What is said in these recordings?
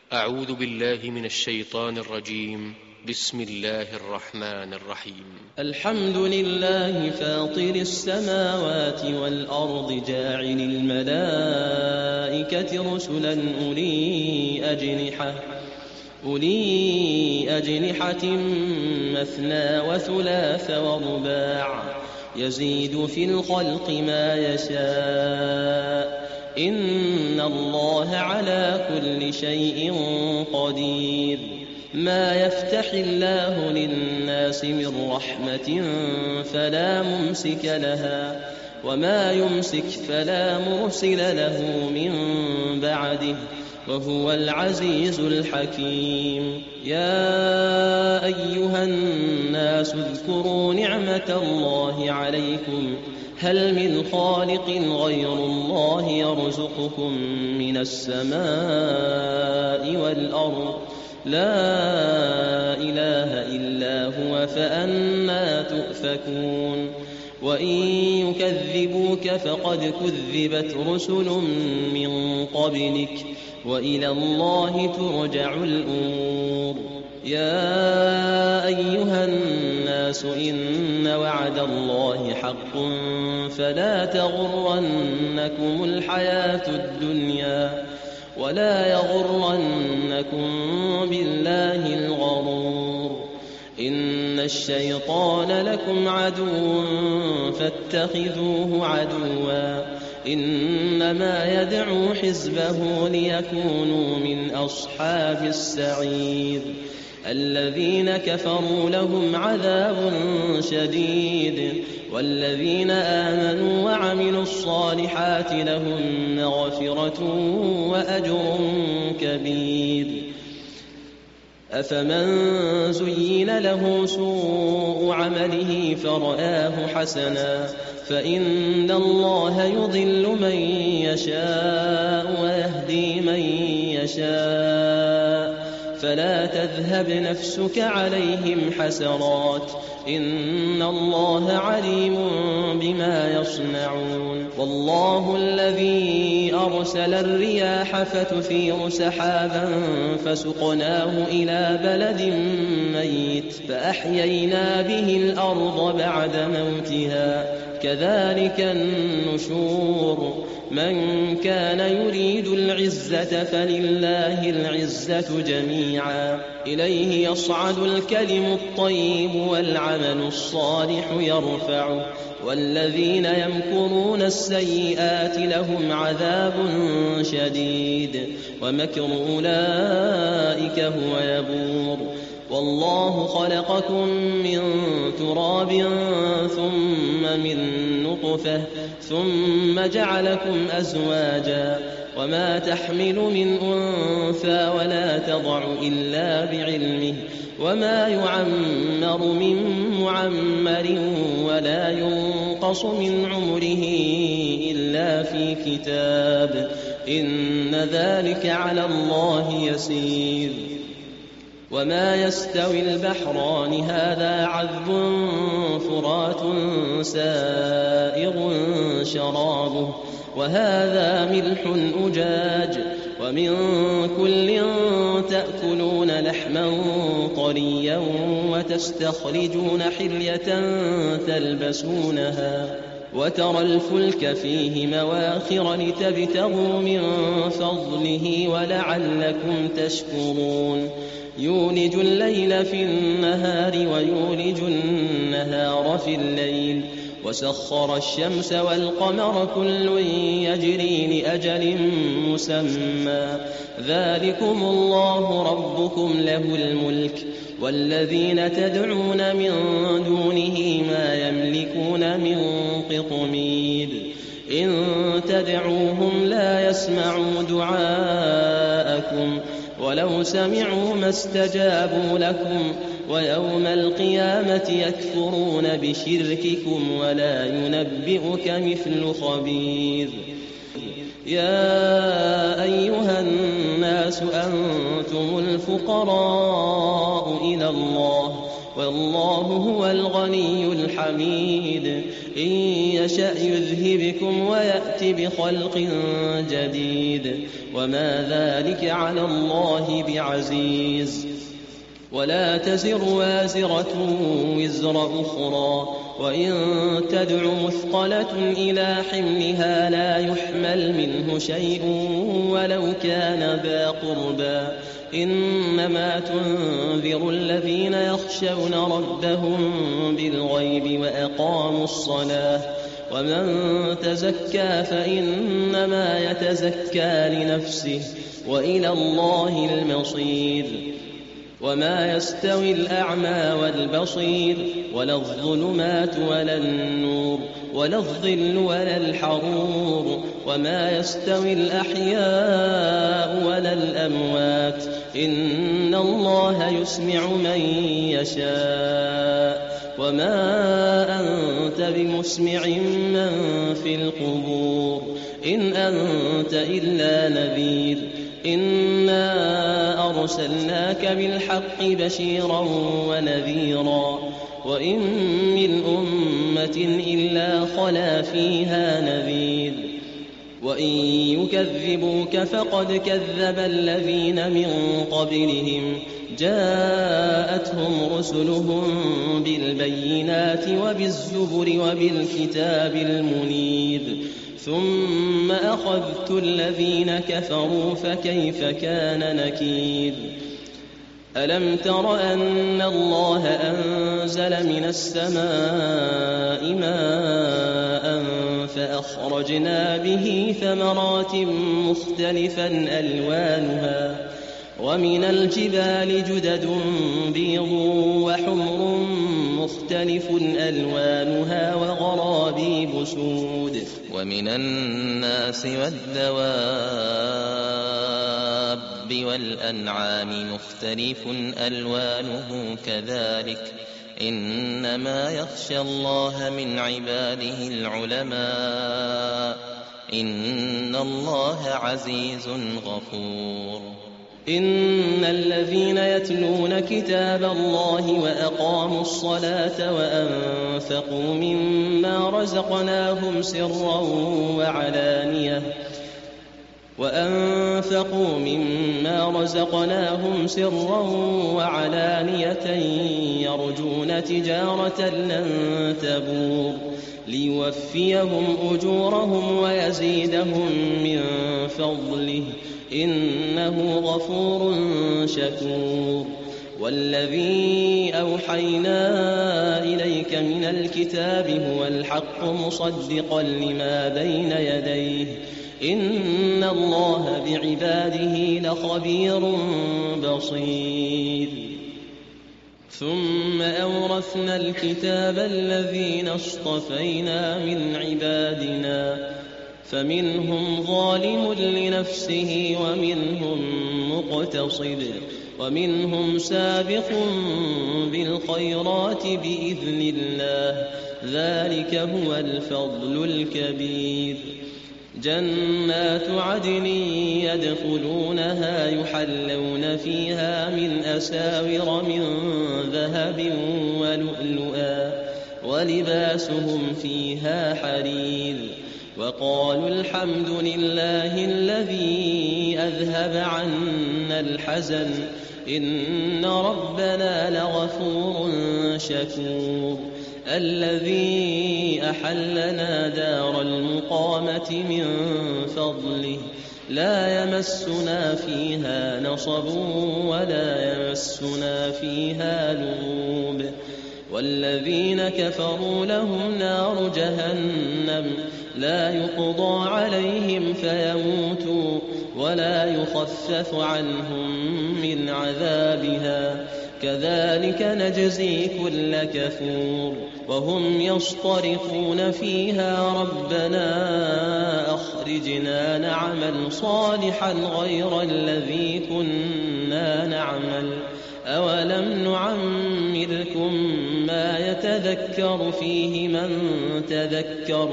أعوذ بالله من الشيطان الرجيم. بسم الله الرحمن الرحيم. الحمد لله فاطر السماوات والأرض جاعل الملائكة رسلا أولي أجنحة مثنى وثلاث ورباع يزيد في الخلق ما يشاء إن الله على كل شيء قدير. ما يفتح الله للناس من رحمة فلا ممسك لها وما يمسك فلا مرسل له من بعده وهو العزيز الحكيم. يا أيها الناس اذكروا نعمة الله عليكم هل من خالق غير الله يرزقكم من السماء والأرض لا إله إلا هو فأنى تؤفكون. وإن يكذبوك فقد كذبت رسل من قبلك وإلى الله ترجع الأمور. يا أيها الناس إن وعد الله حق فلا تغرنكم الحياة الدنيا ولا يغرنكم بالله الغرور. إن الشيطان لكم عدو فاتخذوه عدوا إنما يدعو حزبه ليكونوا من أصحاب السعير. الذين كفروا لهم عذاب شديد والذين آمنوا وعملوا الصالحات لهم مغفرة وأجر كبير. أفمن زين له سوء عمله فرآه حسنا فإن الله يضل من يشاء ويهدي من يشاء فلا تذهب نفسك عليهم حسرات إن الله عليم بما يصنعون. والله الذي أرسل الرياح فتثير سحابا فسقناه إلى بلد ميت فأحيينا به الأرض بعد موتها كذلك النشور. من كان يريد العزة فلله العزة جميعا إليه يصعد الكلم الطيب والعمل الصالح يرفعه والذين يمكرون السيئات لهم عذاب شديد ومكر أولئك هو يبور. والله خلقكم من تراب ثم من نطفة ثم جعلكم أزواجا وما تحمل من أنثى ولا تضع إلا بعلمه وما يعمر من معمر ولا ينقص من عمره إلا في كتاب إن ذلك على الله يسير. وما يستوي البحران هذا عذب فرات سائغ شرابه وهذا ملح أجاج ومن كل تأكلون لحما طريا وتستخرجون حلية تلبسونها وترى الفلك فيه مواخر لتبتغوا من فضله ولعلكم تشكرون. يولج الليل في النهار ويولج النهار في الليل وسخر الشمس والقمر كل يجري لأجل مسمى ذلكم الله ربكم له الملك والذين تدعون من دونه ما يملكون من قطمير. إن تدعوهم لا يسمعوا دعاءكم ولو سمعوا ما استجابوا لكم ويوم القيامة يكفرون بشرككم ولا ينبئك مثل خبير. يا أيها الناس أنتم الفقراء إلى الله والله هو الغني الحميد إن يشأ يذهبكم ويأتي بخلق جديد وما ذلك على الله بعزيز ولا تزر وازرة وزر أخرى وإن تدع مثقلة إلى حملها لا يحمل منه شيء ولو كان ذا قربى إنما تنذر الذين يخشون ربهم بالغيب وأقاموا الصلاة ومن تزكى فإنما يتزكى لنفسه وإلى الله المصير وما يستوي الأعمى والبصير ولا الظلمات ولا النور ولا الظل ولا الحرور وما يستوي الأحياء ولا الأموات إن الله يسمع من يشاء وما أنت بمسمع من في القبور إن أنت إلا نذير إنا أرسلناك بالحق بشيرا ونذيرا وإن من أمة إلا خلا فيها نذير وإن يكذبوك فقد كذب الذين من قبلهم جاءتهم رسلهم بالبينات وبالزبر وبالكتاب المنير ثم أخذت الذين كفروا فكيف كان نكير ألم تر أن الله أنزل من السماء ماء فأخرجنا به ثمرات مختلفا ألوانها ومن الجبال جدد بيض وحمر مختلف ألوانها وغرابيب سود ومن الناس والدواب والأنعام مختلف ألوانه كذلك إنما يخشى الله من عباده العلماء إن الله عزيز غفور إن الذين يتلون كتاب الله وأقاموا الصلاة وأنفقوا مما رزقناهم سرا وعلانية يرجون تجارة لن تبور ليوفيهم أجورهم ويزيدهم من فضله إنه غفور شكور والذي أوحينا إليك من الكتاب هو الحق مصدقا لما بين يديه إن الله بعباده لخبير بصير ثم أورثنا الكتاب الذين اصطفينا من عبادنا فمنهم ظالم لنفسه ومنهم مقتصد ومنهم سابق بالخيرات بإذن الله ذلك هو الفضل الكبير جنات عدن يدخلونها يحلون فيها من أساور من ذهب ولؤلؤا ولباسهم فيها حرير وقالوا الحمد لله الذي أذهب عنا الحزن إن ربنا لغفور شكور الذي أحلنا دار المقامة من فضله لا يمسنا فيها نصب ولا يمسنا فيها لغوب والذين كفروا لهم نار جهنم لا يقضى عليهم فيموتوا ولا يخفف عنهم من عذابها كذلك نجزي كل كفور وهم يصطرخون فيها ربنا أخرجنا نعمل صالحا غير الذي كنا نعمل أولم نعمركم ما يتذكر فيه من تذكر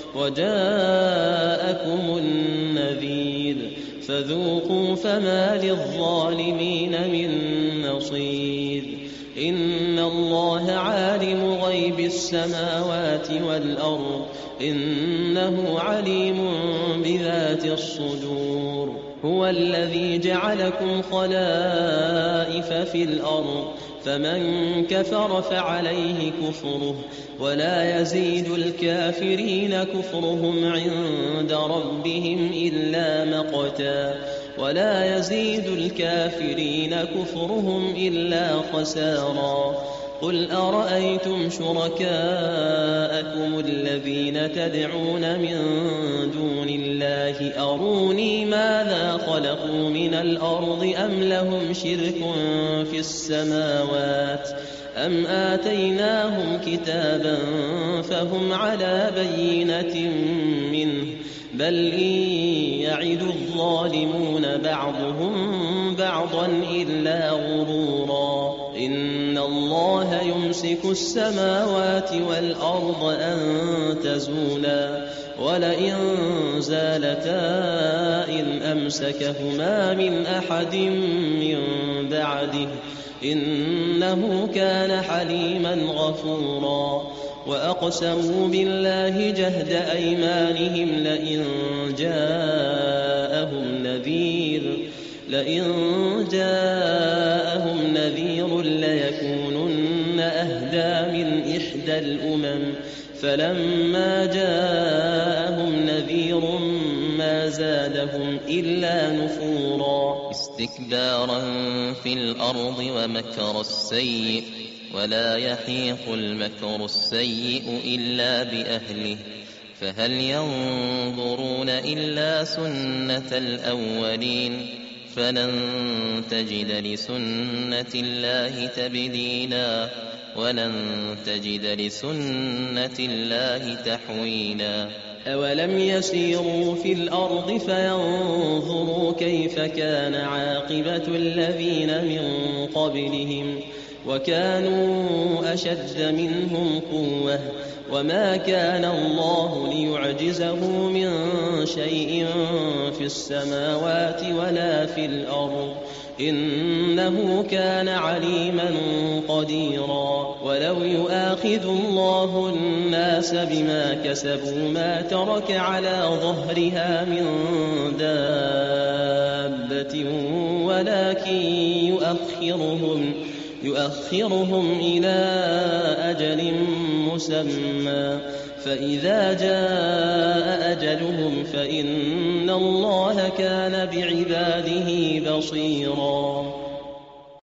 وجاءكم النذير فذوقوا فما للظالمين من نصير إن الله عالم غيب السماوات والأرض إنه عليم بذات الصدور هو الذي جعلكم خلائف في الأرض فمن كفر فعليه كفره ولا يزيد الكافرين كفرهم عند ربهم إلا مقتا ولا يزيد الكافرين كفرهم إلا خسارا قل أرأيتم شركاءكم الذين تدعون من دون الله أروني ماذا خلقوا من الأرض أم لهم شرك في السماوات أم آتيناهم كتابا فهم على بينة منه بل إن يعد الظالمون بعضهم بعضا إلا غرورا إن الله يمسك السماوات والأرض أن تزولا ولئن زالتا إن أمسكهما من أحد من بعده إنه كان حليما غفورا وأقسموا بالله جهد أيمانهم لئن جاءهم نذير ليكونن أهدى من إحدى الأمم فلما جاءهم نذير ما زادهم إلا نفورا استكبارا في الأرض ومكر السيء ولا يحيق المكر السيء إلا بأهله فهل ينظرون إلا سنة الأولين فلن تجد لسنة الله تبديلا ولن تجد لسنة الله تحويلا أولم يسيروا في الأرض فينظروا كيف كان عاقبة الذين من قبلهم وكانوا أشد منهم قوة وما كان الله ليعجزه من شيء في السماوات ولا في الأرض إنه كان عليما قديرا ولو يؤاخذ الله الناس بما كسبوا ما ترك على ظهرها من دابة ولكن يؤخرهم إلى أجل مسمى فإذا جاء أجلهم فإن الله كان بعباده بصيرا